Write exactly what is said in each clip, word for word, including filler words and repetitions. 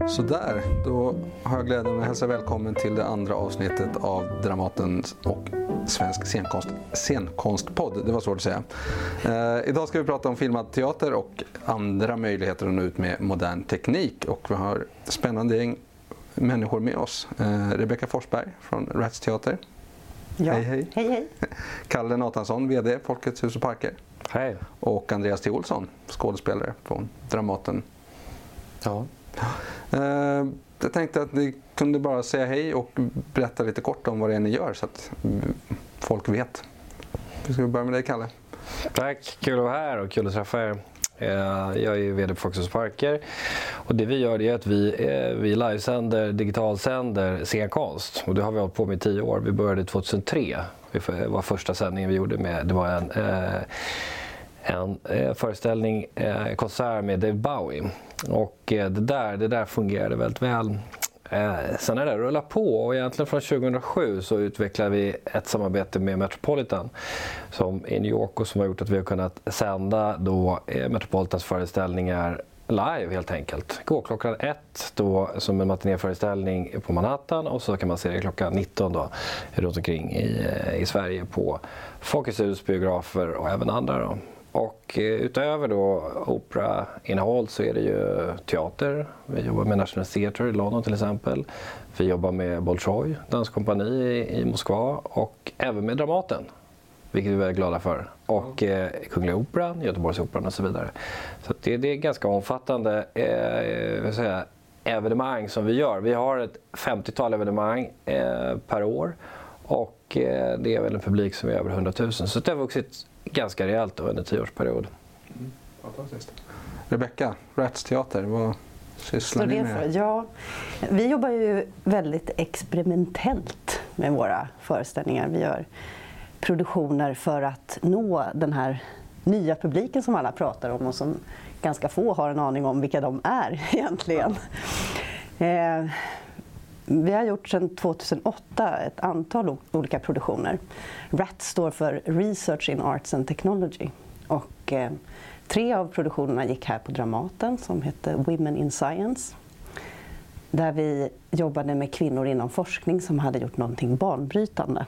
Så där, då har jag glädjen att hälsa välkommen till det andra avsnittet av Dramaten och Svensk scenkonst, scenkonstpodd. Det var svårt att säga. Eh, idag ska vi prata om filmad teater och andra möjligheter att nå ut med modern teknik. Och vi har spännande gäng människor med oss. Eh, Rebecka Forsberg från Rats Teater. Ja. Hej, hej. Hej, hej. Kalle Nathansson, vd Folkets hus och parker. Hej. Och Andreas T. Olsson, skådespelare från Dramaten. Ja. Uh, jag tänkte att ni kunde bara säga hej och berätta lite kort om vad det är ni gör så att folk vet. Vi ska börja med dig, Kalle. Tack, kul att vara här och kul att träffa er. Jag är vd på Folkets hus och parker och det vi gör är att vi, vi livesänder, digitalsänder scenkonst och det har vi hållit på med i tio år. Vi började tjugohundratre, det var första sändningen vi gjorde med, det var en eh, en eh, föreställning, eh, konsert med David Bowie. Och eh, det, där, det där fungerade väldigt väl. Eh, sen är det rullat på och egentligen från tjugohundrasju så utvecklade vi ett samarbete med Metropolitan som i New York och som har gjort att vi har kunnat sända då eh, Metropolitans föreställningar live helt enkelt. Går klockan ett då som en matinéföreställning på Manhattan och så kan man se det klockan nitton då runt omkring i, i Sverige på Folkets hus, biografer och även andra då. Och utöver då operainnehåll så är det ju teater. Vi jobbar med National Theatre i London till exempel. Vi jobbar med Bolshoi, danskompani i, i Moskva och även med Dramaten, vilket vi är väldigt glada för. Och eh, Kungliga Operan, Göteborgsoperan och så vidare. Så det, det är ganska omfattande eh, vill säga, evenemang som vi gör. Vi har ett femtiotal evenemang eh, per år och eh, det är väl en publik som är över hundratusen. Så det har vuxit ganska rejält då under en tioårsperiod. Mm. Rebecka, Rats Teater, vad sysslar ni med? Ja, vi jobbar ju väldigt experimentellt med våra föreställningar. Vi gör produktioner för att nå den här nya publiken som alla pratar om och som ganska få har en aning om vilka de är egentligen. Eh, vi har gjort sedan tjugohundraåtta ett antal olika produktioner. Rats står för Research in Arts and Technology. Och eh, tre av produktionerna gick här på Dramaten som heter Women in Science. Där vi jobbade med kvinnor inom forskning som hade gjort någonting banbrytande.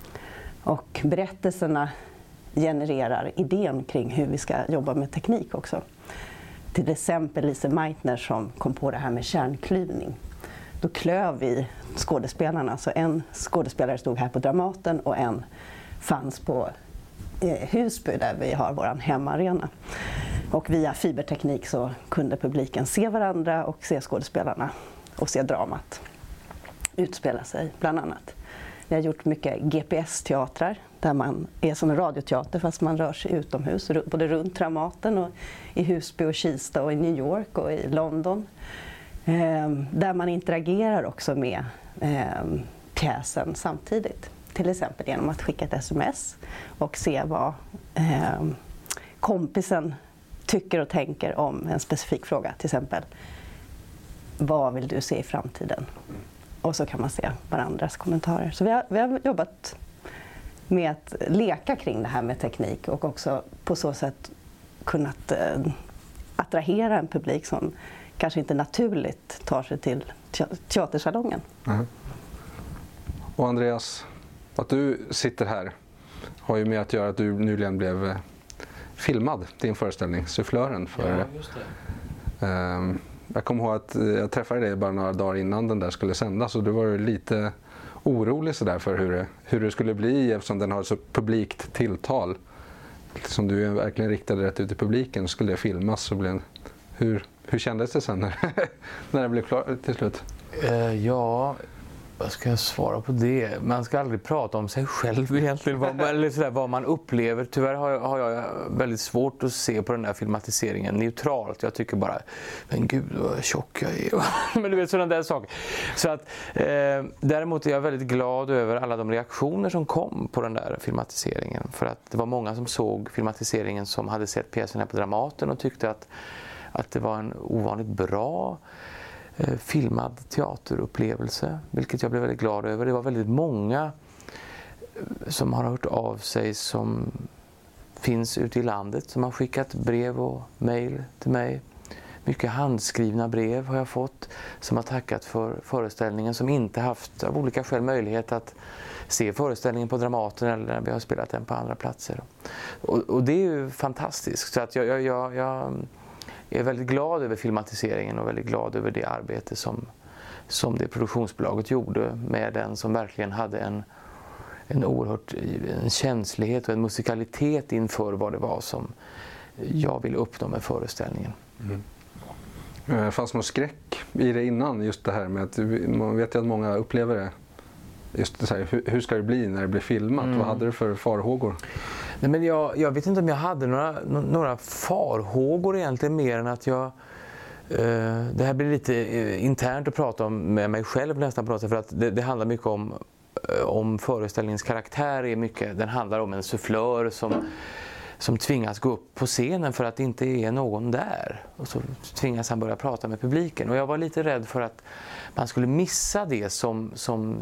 Och berättelserna genererar idén kring hur vi ska jobba med teknik också. Till exempel Lise Meitner som kom på det här med kärnklyvning. Då klöv vi skådespelarna, så en skådespelare stod här på Dramaten och en fanns på eh, Husby där vi har vår hemmaarena. Och via fiberteknik så kunde publiken se varandra och se skådespelarna och se dramat utspela sig bland annat. Vi har gjort mycket G P S-teatrar där man är som en radioteater fast man rör sig utomhus, både runt Dramaten och i Husby och Kista och i New York och i London. Eh, där man interagerar också med eh, pjäsen samtidigt. Till exempel genom att skicka ett sms och se vad eh, kompisen tycker och tänker om en specifik fråga. Till exempel, vad vill du se i framtiden? Och så kan man se varandras kommentarer. Så vi har, vi har jobbat med att leka kring det här med teknik och också på så sätt kunnat eh, attrahera en publik som kanske inte naturligt tar sig till teatersalongen. Mm. Och Andreas, att du sitter här har ju med att göra att du nyligen blev filmad, din föreställning, Sufflören. För, ja, just det. Um, jag kommer ihåg att jag träffade dig bara några dagar innan den där skulle sändas och du var lite orolig så där för hur det, hur det skulle bli eftersom den har så publikt tilltal. Som du verkligen riktade rätt ut i publiken skulle det filmas så blev, hur, hur kändes det sen när, när det blev klart till slut? Uh, ja, vad ska jag svara på det? Man ska aldrig prata om sig själv egentligen, vad, eller sådär, vad man upplever. Tyvärr har jag, har jag väldigt svårt att se på den där filmatiseringen neutralt. Jag tycker bara, men gud vad tjock jag är. Men du vet, sådana där saker. Så att, eh, däremot är jag väldigt glad över alla de reaktioner som kom på den där filmatiseringen. För att det var många som såg filmatiseringen som hade sett pjäsen här på Dramaten och tyckte att, att det var en ovanligt bra filmad teaterupplevelse, vilket jag blev väldigt glad över. Det var väldigt många som har hört av sig som finns ute i landet som har skickat brev och mejl till mig mycket handskrivna brev har jag fått som har tackat för föreställningen, som inte haft av olika skäl möjlighet att se föreställningen på Dramaten eller när vi har spelat den på andra platser. Och, och det är ju fantastiskt. Så att jag, jag, jag, jag är väldigt glad över filmatiseringen och väldigt glad över det arbete som, som det produktionsbolaget gjorde med den, som verkligen hade en, en oerhört en känslighet och en musikalitet inför vad det var som jag ville uppnå med föreställningen. Mm. Det fanns någon skräck i det innan, just det här med att man vet ju att många upplever det. Just det så här, hur, hur ska det bli när det blir filmat? Mm. Vad hade du för farhågor? Nej, men jag, jag vet inte om jag hade några, några farhågor egentligen, mer än att jag... Eh, det här blir lite eh, internt att prata om med mig själv nästan på något sätt, för att det, det handlar mycket om, eh, om föreställningens karaktär. Är mycket, den handlar om en sufflör som... som tvingas gå upp på scenen för att det inte är någon där. Och så tvingas han börja prata med publiken. Och jag var lite rädd för att man skulle missa det som, som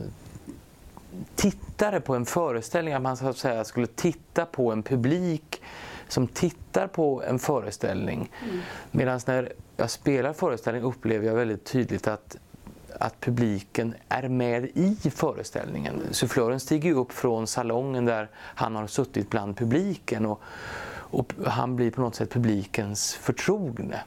tittare på en föreställning. Att man så att säga skulle titta på en publik som tittar på en föreställning. Mm. Medan när jag spelar föreställning upplever jag väldigt tydligt att att publiken är med i föreställningen. Sufflören stiger upp från salongen där han har suttit bland publiken, och, och han blir på något sätt publikens förtrogne.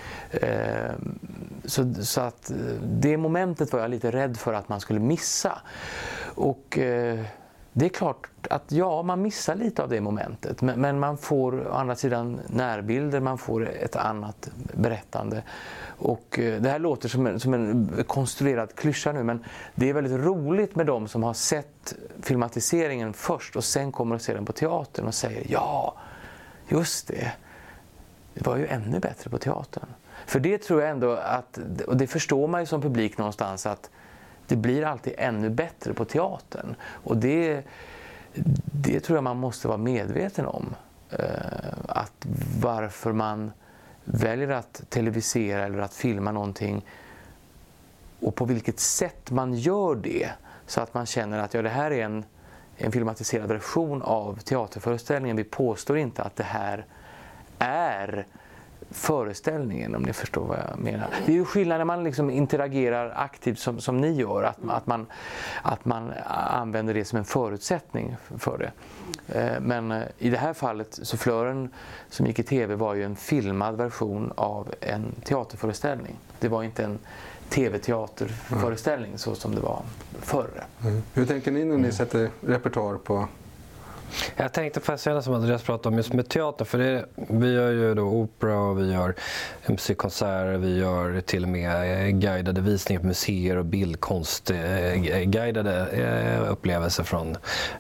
Eh, så, så att det momentet var jag lite rädd för att man skulle missa. Och eh, det är klart att ja, man missar lite av det momentet, men, men man får å andra sidan närbilder, man får ett annat berättande. Och eh, det här låter som en, som en konstruerad klyscha nu, men det är väldigt roligt med de som har sett filmatiseringen först och sen kommer att se den på teatern och säger ja, just det, det var ju ännu bättre på teatern. För det tror jag ändå att, och det förstår man ju som publik någonstans, att det blir alltid ännu bättre på teatern. Och det, det tror jag man måste vara medveten om. Eh, att varför man väljer att televisera eller att filma någonting, och på vilket sätt man gör det, så att man känner att ja, det här är en, en filmatiserad version av teaterföreställningen. Vi påstår inte att det här är föreställningen, om ni förstår vad jag menar. Det är ju skillnad när man liksom interagerar aktivt som, som ni gör, att, att, man, att man använder det som en förutsättning för det. Men i det här fallet, Sufflören som gick i tv var ju en filmad version av en teaterföreställning. Det var inte en tv-teaterföreställning så som det var förr. Mm. Hur tänker ni när ni sätter repertoar på? Jag tänkte på det som Andreas pratade om just med teater, för det, vi gör ju då opera och vi gör musikkonserter, vi gör till och med guidade visningar på museer och bildkonst, guidade upplevelser från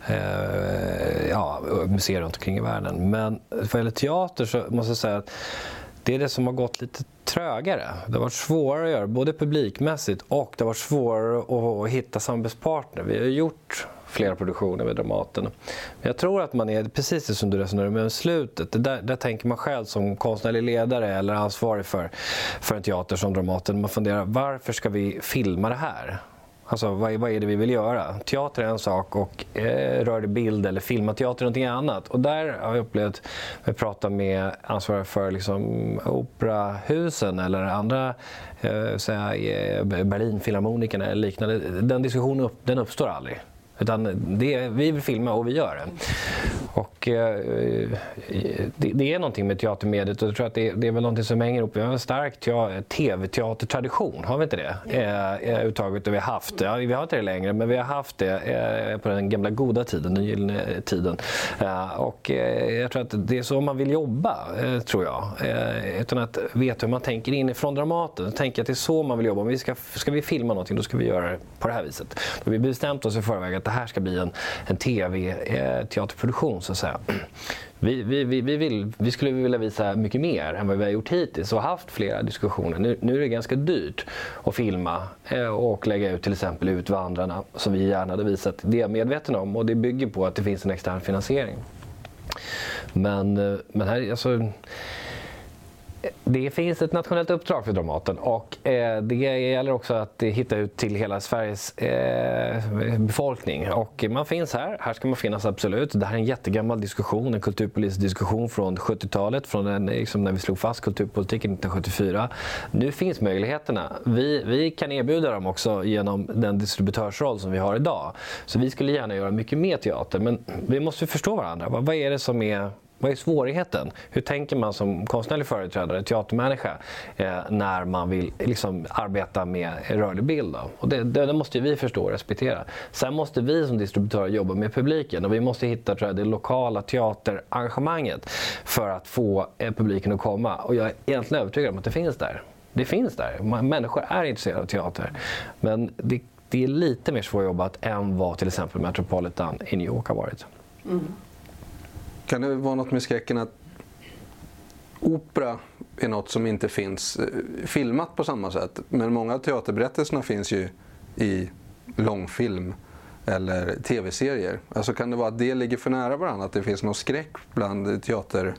ja, museer runt omkring i världen. Men vad gäller teater så måste jag säga att det är det som har gått lite trögare. Det har varit svårare att göra, både publikmässigt, och det har varit svårare att hitta samarbetspartner. Vi har gjort flera produktioner med Dramaten. Men jag tror att man är precis det som du resonerar med slutet. Det där, där tänker man själv som konstnärlig ledare eller ansvarig för, för en teater som Dramaten. Man funderar, varför ska vi filma det här? Alltså vad är, vad är det vi vill göra? Teater är en sak och eh, rörlig bild eller filmateater är någonting annat. Och där har jag upplevt att vi pratar med ansvariga för liksom, operahusen eller andra eh, säga, Berlinfilharmonikerna eller liknande. Den diskussionen upp, den uppstår aldrig. Utan det, vi vill filma och vi gör det. Och eh, det, det är någonting med teatermediet, och jag tror att det, det är väl någonting som hänger ihop. Vi har en stark tv-teatertradition, har vi inte det? Eh, uttaget det vi har haft. Ja, vi har inte det längre, men vi har haft det eh, på den gamla goda tiden, den gyllene tiden. Eh, och eh, jag tror att det är så man vill jobba, eh, tror jag. Eh, utan att veta hur man tänker inifrån Dramaten. Jag tänker att det är så man vill jobba. Om vi ska, ska vi filma någonting, då ska vi göra det på det här viset. Då har vi bestämt oss i förväg att det här ska bli en, en tv-teaterproduktion, så att säga. Vi, vi, vi, vi, vill, vi skulle vilja visa mycket mer än vad vi har gjort hittills och haft flera diskussioner. Nu, nu är det ganska dyrt att filma och lägga ut till exempel Utvandrarna, som vi gärna hade visat. Det är jag medveten om, och det bygger på att det finns en extern finansiering. Men, men här, alltså... Det finns ett nationellt uppdrag för Dramaten och eh, det gäller också att hitta ut till hela Sveriges eh, befolkning. Och man finns här, här ska man finnas absolut. Det här är en jättegammal diskussion, en kulturpolitisk diskussion från sjuttiotalet, från den, liksom när vi slog fast kulturpolitiken nittonhundrasjuttiofyra. Nu finns möjligheterna. Vi, vi kan erbjuda dem också genom den distributörsroll som vi har idag. Så vi skulle gärna göra mycket mer teater, men vi måste förstå varandra. Vad, vad är det som är... Vad är svårigheten? Hur tänker man som konstnärlig företrädare, teatermänniska, eh, när man vill liksom, arbeta med rörlig bild? Då? Och det, det, det måste vi förstå och respektera. Sen måste vi som distributörer jobba med publiken och vi måste hitta tror jag, det lokala teaterengagemanget för att få eh, publiken att komma. Och jag är egentligen övertygad om att det finns där. Det finns där. Människor är intresserade av teater. Men det, det är lite mer svårjobbat än vad till exempel Metropolitan i New York har varit. Mm. Kan det vara något med skräcken att opera är något som inte finns filmat på samma sätt? Men många av teaterberättelserna finns ju i långfilm eller tv-serier. Alltså kan det vara att det ligger för nära varandra? Att det finns någon skräck bland teater,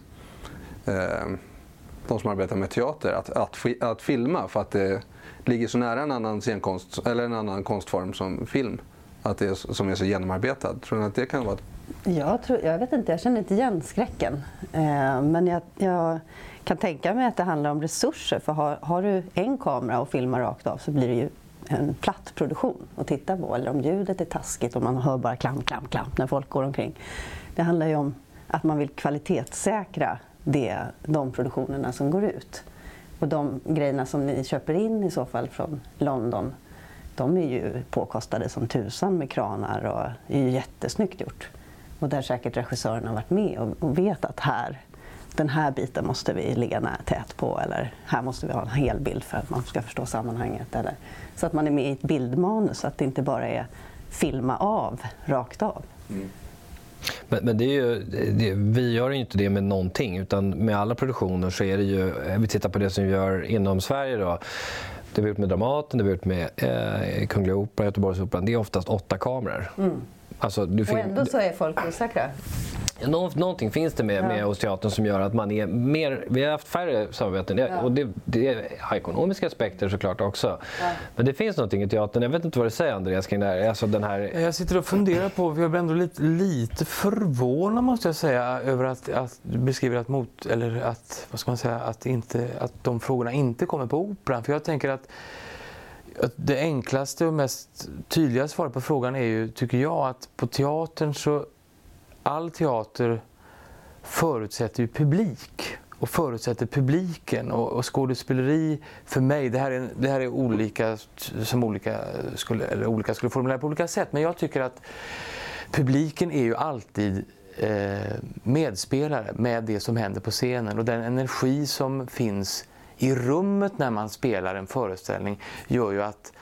eh, de som arbetar med teater att, att, att filma för att det ligger så nära en annan scenkonst eller en annan konstform som film? Att det är, som är så genomarbetad. Tror ni att det kan vara ett... Jag, tror, jag vet inte, jag känner inte igen skräcken. Eh, men jag, jag kan tänka mig att det handlar om resurser. För har, har du en kamera och filmar rakt av så blir det ju en platt produktion att titta på. Eller om ljudet är taskigt och man hör bara klamp, klamp, klamp när folk går omkring. Det handlar ju om att man vill kvalitetssäkra det, de produktionerna som går ut. Och de grejerna som ni köper in i så fall från London, de är ju påkostade som tusan med kranar och är ju jättesnyggt gjort. Och där säkert regissören har varit med och, och vet att här, den här biten måste vi ligga nära tät på. Eller här måste vi ha en hel bild för att man ska förstå sammanhanget. Eller, så att man är med i ett bildmanus, så att det inte bara är filma av, rakt av. Mm. Men, men det är ju, det, vi gör ju inte det med någonting, utan med alla produktioner så är det ju, vi tittar på det som vi gör inom Sverige då. Det vi har gjort med Dramaten, det vi har gjort med eh, Kungliga Operan, Göteborgsoperan, det är oftast åtta kameror. Mm. Alltså, du och ändå så är folk osäkra. Nå- någonting finns det med, med hos teatern som gör att man är mer, vi har haft färre samarbeten ja. och det, det har ekonomiska aspekter såklart också. Ja. Men det finns någonting i teatern, jag vet inte vad du säger Andreas kring det här. Alltså den här... Jag sitter och funderar på, för jag blir ändå lite, lite förvånad måste jag säga över att, att du beskriver att mot, eller att, vad ska man säga, att, inte, att de frågorna inte kommer på operan. För jag tänker att Att det enklaste och mest tydliga svaret på frågan är ju, tycker jag, att på teatern så all teater förutsätter ju publik och förutsätter publiken och, och skådespeleri för mig, det här är, det här är olika som olika skulle, eller olika skulle formulera på olika sätt, men jag tycker att publiken är ju alltid eh, medspelare med det som händer på scenen och den energi som finns i rummet när man spelar en föreställning gör ju att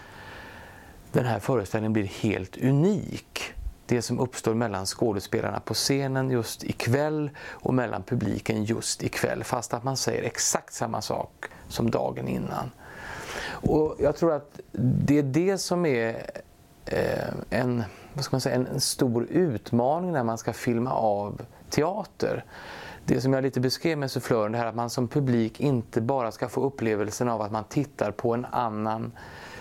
den här föreställningen blir helt unik. Det som uppstår mellan skådespelarna på scenen just ikväll och mellan publiken just ikväll, fast att man säger exakt samma sak som dagen innan. Och jag tror att det är det som är eh, en, vad ska man säga, en, en stor utmaning när man ska filma av teater. Det som jag lite beskrev med sufflören, det här att man som publik inte bara ska få upplevelsen av att man tittar på en annan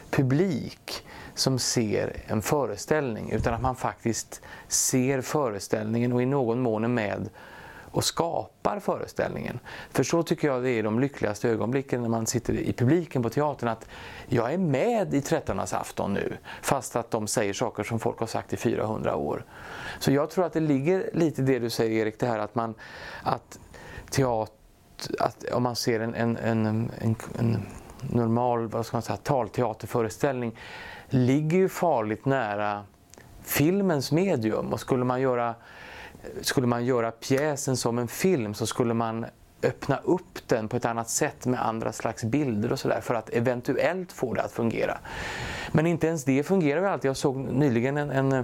publik som ser en föreställning, utan att man faktiskt ser föreställningen och i någon mån är med och skapar föreställningen. För så tycker jag det är de lyckligaste ögonblicken när man sitter i publiken på teatern, att jag är med i trettonans afton nu, fast att de säger saker som folk har sagt i fyrahundra år. Så jag tror att det ligger lite det du säger, Erik, det här att man att teater, att om man ser en, en, en, en, en normal, vad ska man säga, talteaterföreställning ligger ju farligt nära filmens medium, och skulle man göra skulle man göra pjäsen som en film så skulle man öppna upp den på ett annat sätt med andra slags bilder och sådär för att eventuellt få det att fungera. Men inte ens det fungerar ju alltid. Jag såg nyligen en, en,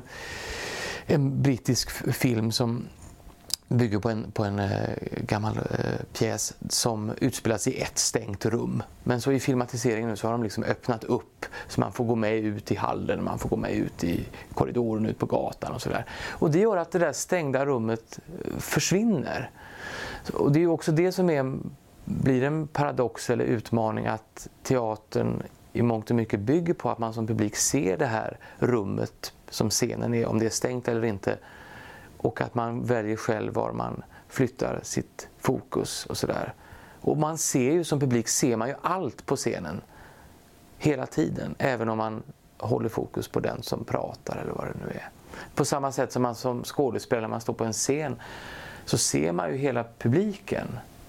en brittisk film som bygger på en, på en äh, gammal äh, pjäs som utspelas i ett stängt rum. Men så i filmatiseringen nu så har de liksom öppnat upp så man får gå med ut i hallen, man får gå med ut i korridoren, ut på gatan och sådär. Och det gör att det där stängda rummet försvinner. Och det är ju också det som är blir en paradox eller utmaning att teatern i mångt och mycket bygger på att man som publik ser det här rummet som scenen är, om det är stängt eller inte, och att man väljer själv var man flyttar sitt fokus och sådär. Och man ser ju som publik ser man ju allt på scenen hela tiden, även om man håller fokus på den som pratar eller vad det nu är. På samma sätt som man som skådespelare, när man står på en scen, så ser man ju hela publiken.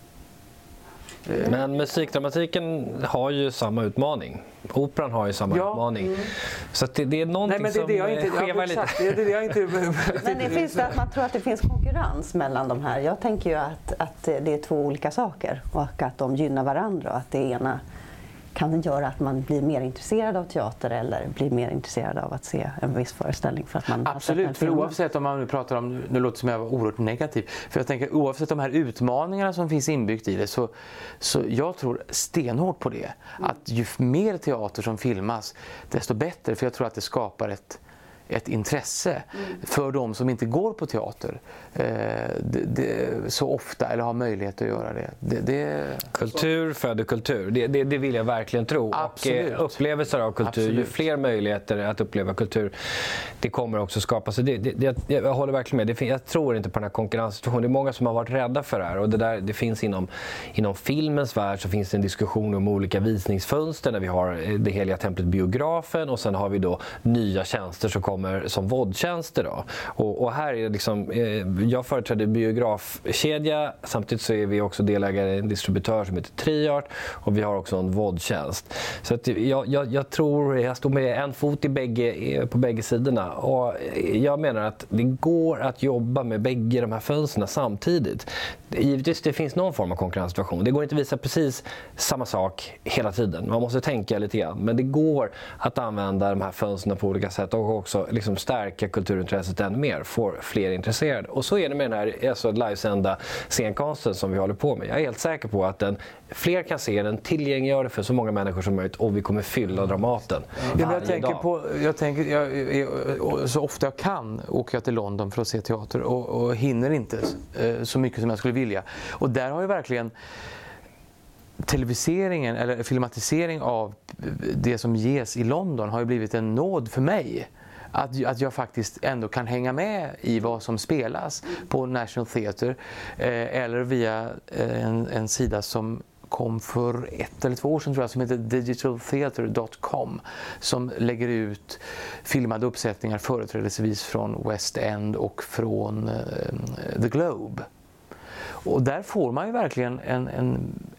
Men musikdramatiken har ju samma utmaning. Operan har ju samma ja. utmaning. Mm. Så att det, det är någonting Nej, men det, som det inte, skevar lite. Det, det, det jag inte, men det finns det att man tror att det finns konkurrens mellan de här. Jag tänker ju att, att det är två olika saker och att de gynnar varandra och att det ena kan göra att man blir mer intresserad av teater eller blir mer intresserad av att se en viss föreställning för att man Absolut, för oavsett om man nu pratar om, nu låter det som jag var oerhört negativ, för jag tänker oavsett de här utmaningarna som finns inbyggt i det, så, så jag tror stenhårt på det, att ju mer teater som filmas desto bättre, för jag tror att det skapar ett ett intresse mm. för de som inte går på teater eh, det, det, så ofta eller har möjlighet att göra det. det, det kultur så. föder kultur, det, det, det vill jag verkligen tro. Absolut. Och eh, upplevelser av kultur, Absolut. ju fler möjligheter att uppleva kultur, det kommer också skapas. Det, det, det, jag håller verkligen med, det, jag tror inte på den här konkurrenssituationen. Det är många som har varit rädda för det här, och det, där, det finns inom, inom filmens värld, så finns det en diskussion om olika visningsfönster där vi har det heliga templet biografen, och sen har vi då nya tjänster som kommer som vodtjänster då. Och, och här är det liksom, eh, jag företräder biografkedja, samtidigt så är vi också delägare i en distributör som heter Triart, och vi har också en vodtjänst. Så att jag, jag, jag tror, jag står med en fot i bägge, på bägge sidorna, och jag menar att det går att jobba med bägge de här fönsterna samtidigt. Givetvis det finns någon form av konkurrenssituation. Det går inte att visa precis samma sak hela tiden. Man måste tänka lite grann, men det går att använda de här fönsterna på olika sätt och också liksom stärka kulturintresset ännu mer, får fler intresserade. Och så är det med den här alltså, livesända scenkonsten som vi håller på med. Jag är helt säker på att den, fler kan se den, tillgängliggör det för så många människor som möjligt, och vi kommer fylla Dramaten ja, jag tänker dag. På, jag tänker, jag, jag, så ofta jag kan åker jag till London för att se teater och, och hinner inte eh, så mycket som jag skulle vilja. Och där har ju verkligen televiseringen eller filmatisering av det som ges i London har ju blivit en nåd för mig. Att, att jag faktiskt ändå kan hänga med i vad som spelas på National Theatre eh, eller via eh, en, en sida som kom för ett eller två år sedan tror jag, som heter digital theatre dot com, som lägger ut filmade uppsättningar företrädesvis från West End och från eh, The Globe. Och där får man ju verkligen en, en,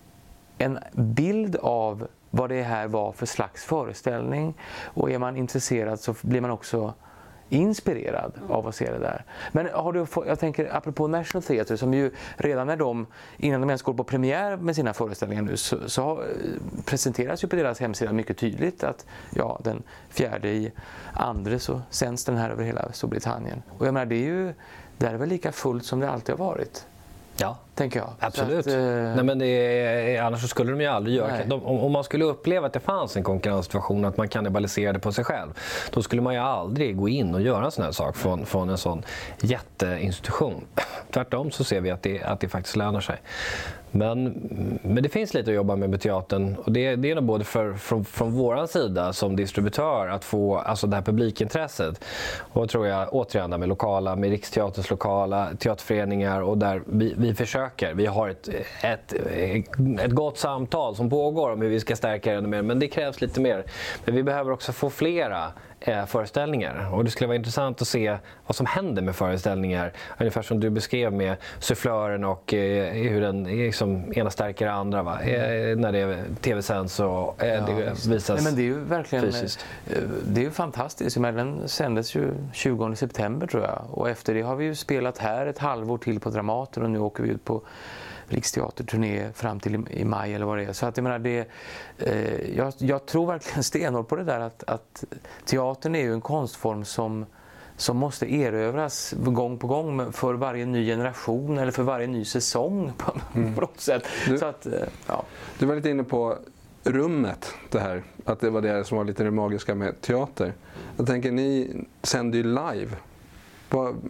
en bild av vad det här var för slags föreställning, och är man intresserad så blir man också inspirerad av att se det där. Men har du, jag tänker apropå National Theatre, som ju redan när de, innan de ens går på premiär med sina föreställningar nu, så, så presenteras ju på deras hemsida mycket tydligt att ja, den fjärde i andra så sänds den här över hela Storbritannien. Och jag menar, det är ju, det är väl lika fullt som det alltid har varit. Ja, tänker jag. Absolut. Att, eh... Nej, men det är, annars så skulle de ju aldrig göra. De, om, om man skulle uppleva att det fanns en konkurrenssituation, att man kannibaliserade på sig själv, då skulle man ju aldrig gå in och göra en sån här sak från, från en sån jätteinstitution. Tvärtom så ser vi att det, att det faktiskt lönar sig. Men, men det finns lite att jobba med med teatern, och det, det är nog både för, från, från våran sida som distributör att få alltså det här publikintresset, och tror jag återigen med lokala, med Riksteaterns lokala teaterföreningar, och där vi, vi försöker, vi har ett, ett, ett gott samtal som pågår om hur vi ska stärka det ännu mer, men det krävs lite mer. Men vi behöver också få flera eh, föreställningar, och det skulle vara intressant att se vad som händer med föreställningar, ungefär som du beskrev med Sufflören och eh, hur den är liksom ena stärker andra, va? Eh, när det är tv-sänds och eh, ja, det visas. Nej, men det är ju verkligen fysiskt. Det är ju fantastiskt. Men den sändes ju tjugonde september tror jag, och efter det har vi ju spelat här ett halvår till på Dramaten, och nu åker vi ut på Riksteaterturné fram till i, i maj eller vad det är. Så att jag menar, det, eh, jag, jag tror verkligen stenhårt på det där att, att teatern är ju en konstform som som måste erövras gång på gång för varje ny generation eller för varje ny säsong på, mm. på något sätt. Du, så att, ja. du var lite inne på rummet, det här, att det var det som var lite det magiska med teater. Jag tänker, ni sänder ju live. Vad,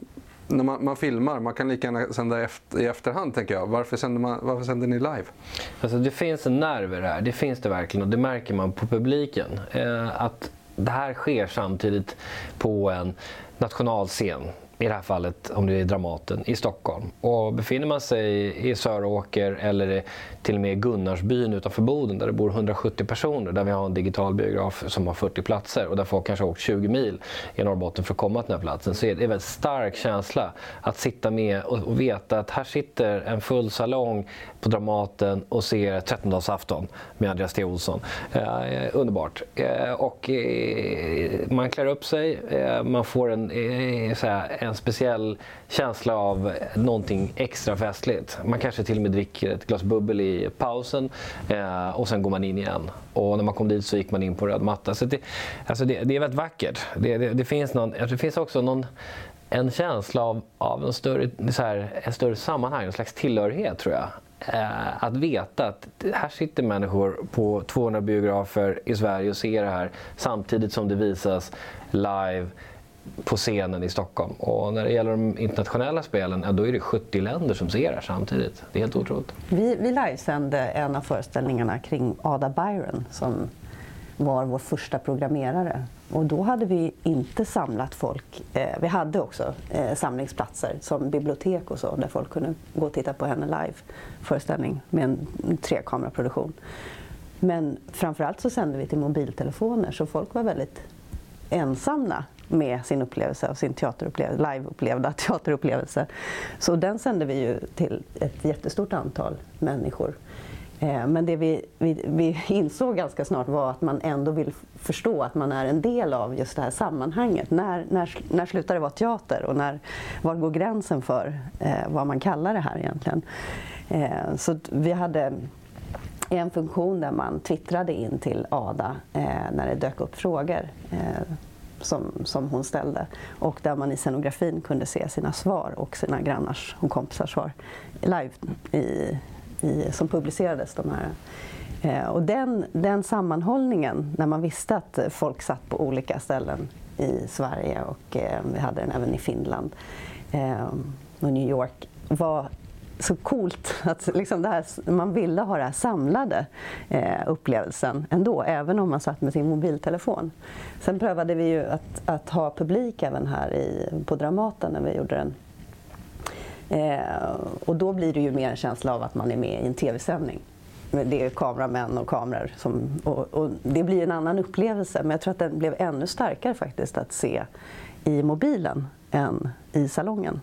när man, man filmar, man kan lika gärna sända efter, i efterhand tänker jag. Varför sänder, man, varför sänder ni live? Alltså det finns en nerv i det här, det finns det verkligen och det märker man på publiken. Eh, att det här sker samtidigt på en nationalscen. I det här fallet, om det är Dramaten, i Stockholm. Och befinner man sig i Söråker eller till och med Gunnarsbyn utanför Boden där det bor hundrasjuttio personer, där vi har en digital biograf som har fyrtio platser och där folk kanske har åkt tjugo mil i Norrbotten för att komma till den här platsen, så är det en väldigt stark känsla att sitta med och, och veta att här sitter en full salong på Dramaten och ser trettondagsafton med Andreas T. Olsson. Eh, underbart. Eh, och eh, man klär upp sig, eh, man får en eh, så här, en speciell känsla av någonting extra festligt. Man kanske till och med dricker ett glas bubbel i pausen eh, och sen går man in igen. Och när man kom dit så gick man in på röd matta. Så det, alltså det, det är väldigt vackert. Det, det, det, finns någon, det finns också någon, en känsla av, av en, större, så här, en större sammanhang, en slags tillhörighet tror jag. Eh, att veta att här sitter människor på tvåhundra biografer i Sverige och ser det här samtidigt som det visas live på scenen i Stockholm. Och när det gäller de internationella spelen, ja, då är det sjuttio länder som ser det här samtidigt. Det är helt otroligt. Vi, vi livesände en av föreställningarna kring Ada Byron som var vår första programmerare. Och då hade vi inte samlat folk. Eh, vi hade också eh, samlingsplatser som bibliotek och så, där folk kunde gå och titta på henne live-föreställning med en trekameraproduktion. Men framförallt så sände vi till mobiltelefoner, så folk var väldigt ensamma med sin upplevelse och sin teaterupplevelse, live-upplevda teaterupplevelse. Så den sände vi ju till ett jättestort antal människor. Eh, men det vi, vi, vi insåg ganska snart var att man ändå vill förstå att man är en del av just det här sammanhanget. När, när, när slutar det vara teater och när, var går gränsen för eh, vad man kallar det här egentligen? Eh, så vi hade en funktion där man twittrade in till Ada eh, när det dök upp frågor eh, som, som hon ställde, och där man i scenografin kunde se sina svar och sina grannars och kompisars svar live i, i, som publicerades de här. Eh, och den, den sammanhållningen, när man visste att folk satt på olika ställen i Sverige och eh, vi hade den även i Finland eh, och New York, var så coolt att liksom det här, man ville ha den här samlade eh, upplevelsen ändå, även om man satt med sin mobiltelefon. Sen prövade vi ju att, att ha publik även här i, på Dramaten när vi gjorde den. Eh, och då blir det ju mer en känsla av att man är med i en tv-sändning. Det är kameramän och kameror som, och, och det blir en annan upplevelse, men jag tror att den blev ännu starkare faktiskt att se i mobilen än i salongen.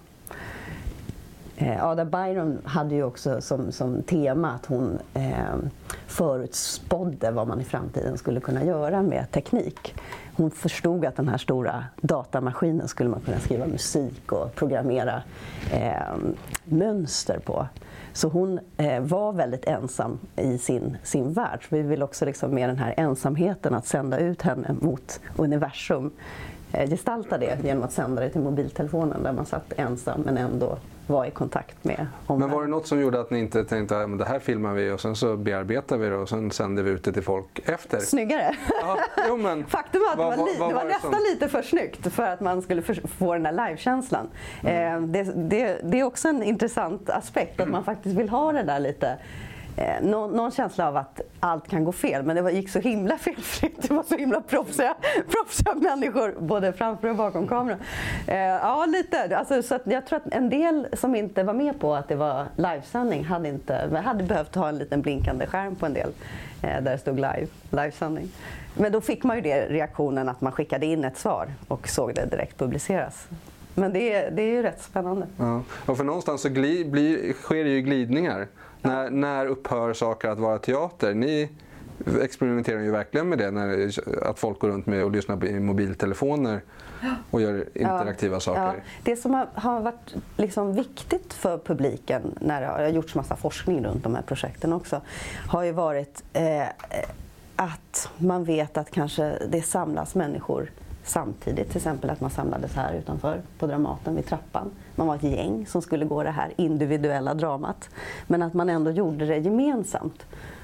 Ada Byron hade ju också som, som tema att hon eh, förutspådde vad man i framtiden skulle kunna göra med teknik. Hon förstod att den här stora datamaskinen skulle man kunna skriva musik och programmera eh, mönster på. Så hon eh, var väldigt ensam i sin, sin värld. Så vi vill också liksom med den här ensamheten att sända ut henne mot universum, eh, gestalta det genom att sända det till mobiltelefonen där man satt ensam men ändå var i kontakt med omvärlden. Men var det något som gjorde att ni inte tänkte att det här filmar vi och sen så bearbetar vi det och sen sänder vi ut det till folk efter? Snyggare. Ja, jo, men, faktum var att vad, det var, li- vad det var, var nästan som... lite för snyggt för att man skulle för- få den där livekänslan. Mm. Eh, det, det, det är också en intressant aspekt att man faktiskt vill ha det där lite. Eh, någon, någon känsla av att allt kan gå fel, men det var, gick så himla felfritt. Det var så himla proffsiga, proffsiga människor både framför och bakom kameran. Eh, ja, lite. Alltså, så att jag tror att en del som inte var med på att det var livesändning hade, inte, hade behövt ha en liten blinkande skärm på en del eh, där det stod live, livesändning. Men då fick man ju det reaktionen att man skickade in ett svar och såg det direkt publiceras. Men det är, det är ju rätt spännande. Ja. Och för någonstans så gli, blir, sker det ju glidningar. När, när upphör saker att vara teater? Ni experimenterar ju verkligen med det, när, att folk går runt med och lyssnar på mobiltelefoner och gör interaktiva ja, saker. Ja. Det som har, har varit liksom viktigt för publiken, när det har gjorts massa forskning runt de här projekten också, har ju varit eh, att man vet att kanske det samlas människor samtidigt, till exempel att man samlades här utanför på Dramaten vid trappan. Man var ett gäng som skulle gå det här individuella dramat, men att man ändå gjorde det gemensamt.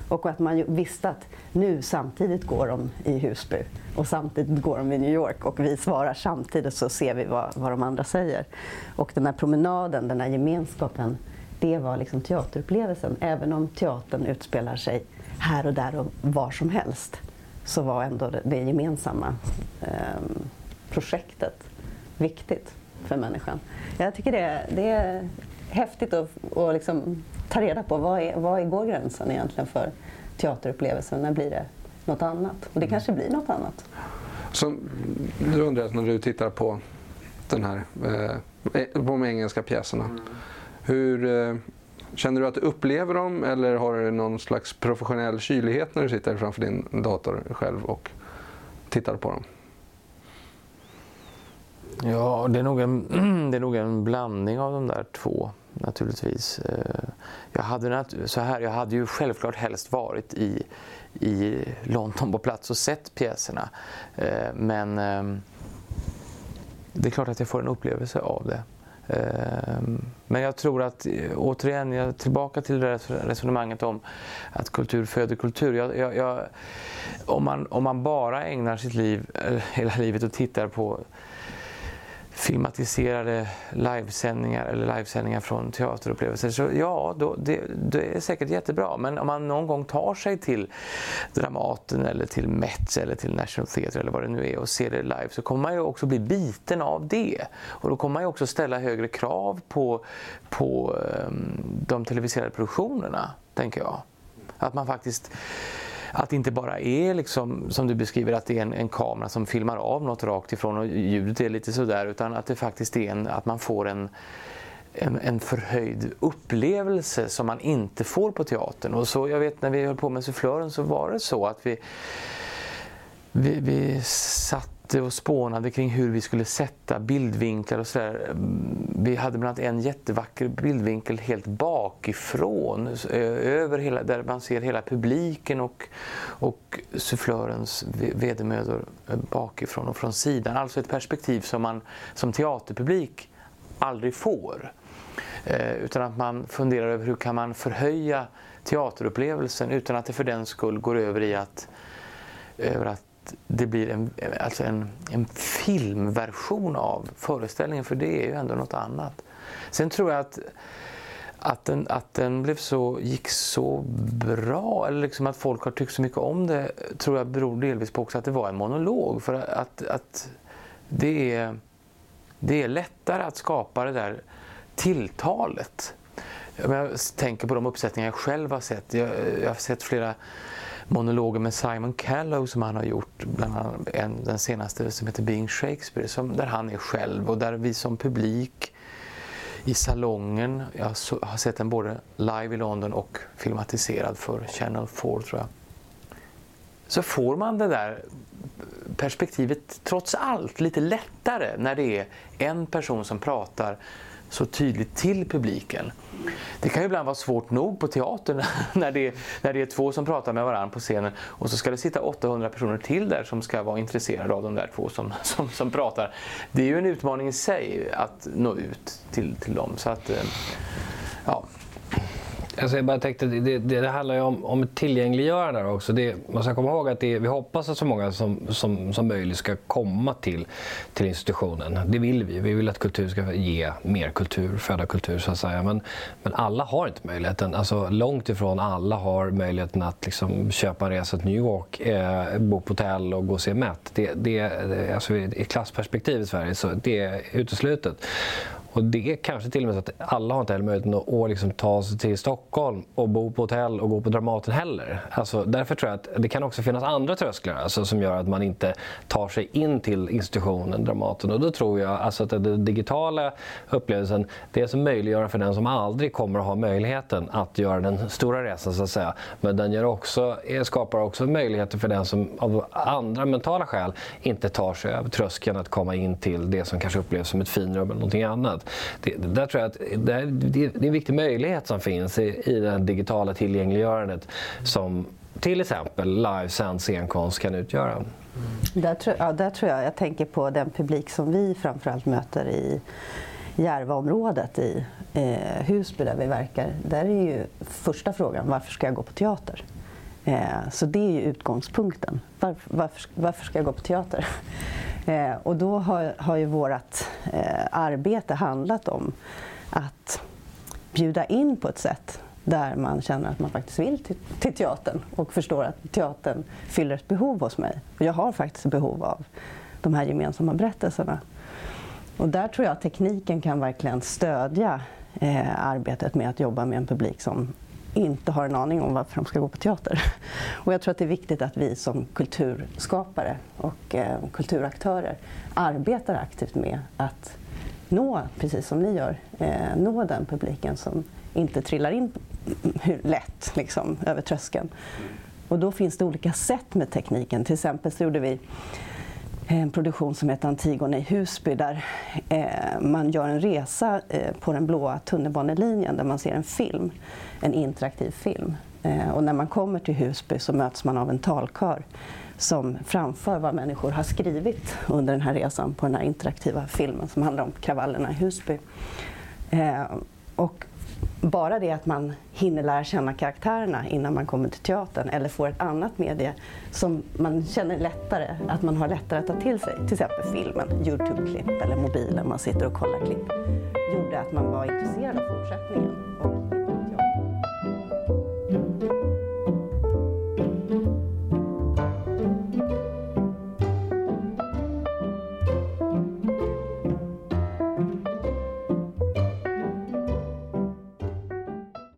Och att man ju visste att nu samtidigt går de i Husby och samtidigt går de i New York och vi svarar samtidigt, så ser vi vad, vad de andra säger. Och den här promenaden, den här gemenskapen, det var liksom teaterupplevelsen. Även om teatern utspelar sig här och där och var som helst, så var ändå det, det gemensamma eh, projektet viktigt för människan. Jag tycker det, det är häftigt att, att liksom ta reda på vad är, vad är går gränsen egentligen för teaterupplevelsen. När blir det något annat? Och det kanske blir något annat. Så du undrar, när du tittar på den här eh, på de engelska pjäserna, mm. hur eh, känner du att du upplever dem, eller har du någon slags professionell kylighet när du sitter framför din dator själv och tittar på dem? Ja, det är nog en, det är nog en blandning av de där två, naturligtvis. Jag hade, så här, jag hade ju självklart helst varit i, i London på plats och sett pjäserna. Men det är klart att jag får en upplevelse av det. Men jag tror att, återigen, jag är tillbaka till det resonemanget om att kultur föder kultur. Jag, jag, jag, om, man, om man bara ägnar sitt liv, hela livet och tittar på filmatiserade livesändningar eller livesändningar från teaterupplevelser, så ja, då, det, det är säkert jättebra. Men om man någon gång tar sig till Dramaten eller till Met eller till National Theatre eller vad det nu är och ser det live, så kommer man ju också bli biten av det. Och då kommer man ju också ställa högre krav på, på um, de televiserade produktionerna, tänker jag. Att man faktiskt Att det inte bara är, liksom, som du beskriver, att det är en, en kamera som filmar av något rakt ifrån och ljudet är lite sådär, utan att det faktiskt är en, att man får en, en, en förhöjd upplevelse som man inte får på teatern. Och så, jag vet, när vi höll på med Sufflören, så var det så att vi, vi, vi satt och spånade kring hur vi skulle sätta bildvinklar och sådär. Vi hade bland annat en jättevacker bildvinkel helt bakifrån, över hela, där man ser hela publiken och, och sufflörens vedermödor bakifrån och från sidan. Alltså ett perspektiv som man som teaterpublik aldrig får. Eh, utan att man funderar över hur kan man förhöja teaterupplevelsen utan att det för den skull går över i att, över att det blir en, alltså en, en filmversion av föreställningen, för det är ju ändå något annat. Sen tror jag att, att, den, att den blev så, gick så bra, eller liksom att folk har tyckt så mycket om det, tror jag beror delvis på också att det var en monolog. För att, att det, är, det är lättare att skapa det där tilltalet. Jag tänker på de uppsättningar jag själv har sett. Jag, jag har sett flera monologer med Simon Callow som han har gjort, bland annat en, den senaste som heter Being Shakespeare, som, där han är själv och där vi som publik i salongen, jag så, har sett den både live i London och filmatiserad för Channel four, tror jag. Så får man det där perspektivet trots allt lite lättare när det är en person som pratar så tydligt till publiken. Det kan ju ibland vara svårt nog på teatern när det, är, när det är två som pratar med varandra på scenen och så ska det sitta åttahundra personer till där som ska vara intresserade av de där två som, som, som pratar. Det är ju en utmaning i sig att nå ut till, till dem. Så att, ja. Alltså jag bara tänkte, det, det, det handlar ju om, om ett tillgängliggörande också. Det, man ska komma ihåg att det, vi hoppas att så många som, som, som möjligt ska komma till, till institutionen. Det vill vi. Vi vill att kultur ska ge mer kultur, föda kultur så att säga. Men, men alla har inte möjligheten. Alltså långt ifrån alla har möjligheten att liksom köpa en resa till New York, eh, bo på hotell och gå och se Met. Det, det, det, alltså i klassperspektiv i Sverige så det är uteslutet. Och det är kanske till och med så att alla har inte heller möjligheten att, att liksom ta sig till Stockholm och bo på hotell och gå på Dramaten heller. Alltså, därför tror jag att det kan också finnas andra trösklar alltså, som gör att man inte tar sig in till institutionen Dramaten. Och då tror jag alltså, att den digitala upplevelsen, det är som möjliggör för den som aldrig kommer att ha möjligheten att göra den stora resan så att säga. Men den gör också, skapar också möjligheter för den som av andra mentala skäl inte tar sig över tröskeln att komma in till det som kanske upplevs som ett finrum eller någonting annat. Det, det, där tror jag att det är, det är en viktig möjlighet som finns i, i det digitala tillgängliggörandet som till exempel livesänd scenkonst kan utgöra. Mm. Där, tror, ja, där tror jag, jag tänker på den publik som vi framförallt möter i Järvaområdet i eh, Husby där vi verkar. Där är ju första frågan, varför ska jag gå på teater? Eh, så det är ju utgångspunkten. Varför, varför, varför ska jag gå på teater? Eh, och då har, har ju vårt eh, arbete handlat om att bjuda in på ett sätt där man känner att man faktiskt vill till, till teatern och förstår att teatern fyller ett behov hos mig. Och jag har faktiskt ett behov av de här gemensamma berättelserna. Och där tror jag att tekniken kan verkligen stödja eh, arbetet med att jobba med en publik som inte har en aning om varför de ska gå på teater. Och jag tror att det är viktigt att vi som kulturskapare och eh, kulturaktörer arbetar aktivt med att nå, precis som ni gör, eh, nå den publiken som inte trillar in hur lätt liksom, över tröskeln. Och då finns det olika sätt med tekniken. Till exempel så gjorde vi en produktion som heter Antigone i Husby där eh, man gör en resa eh, på den blåa tunnelbanelinjen där man ser en film, en interaktiv film. Eh, och när man kommer till Husby så möts man av en talkör som framför vad människor har skrivit under den här resan på den här interaktiva filmen som handlar om kravallerna i Husby. Eh, och bara det att man hinner lära känna karaktärerna innan man kommer till teatern eller får ett annat medie som man känner lättare, att man har lättare att ta till sig, till exempel filmen, YouTube-klipp eller mobilen, man sitter och kollar klipp, gjorde att man var intresserad av fortsättningen. Och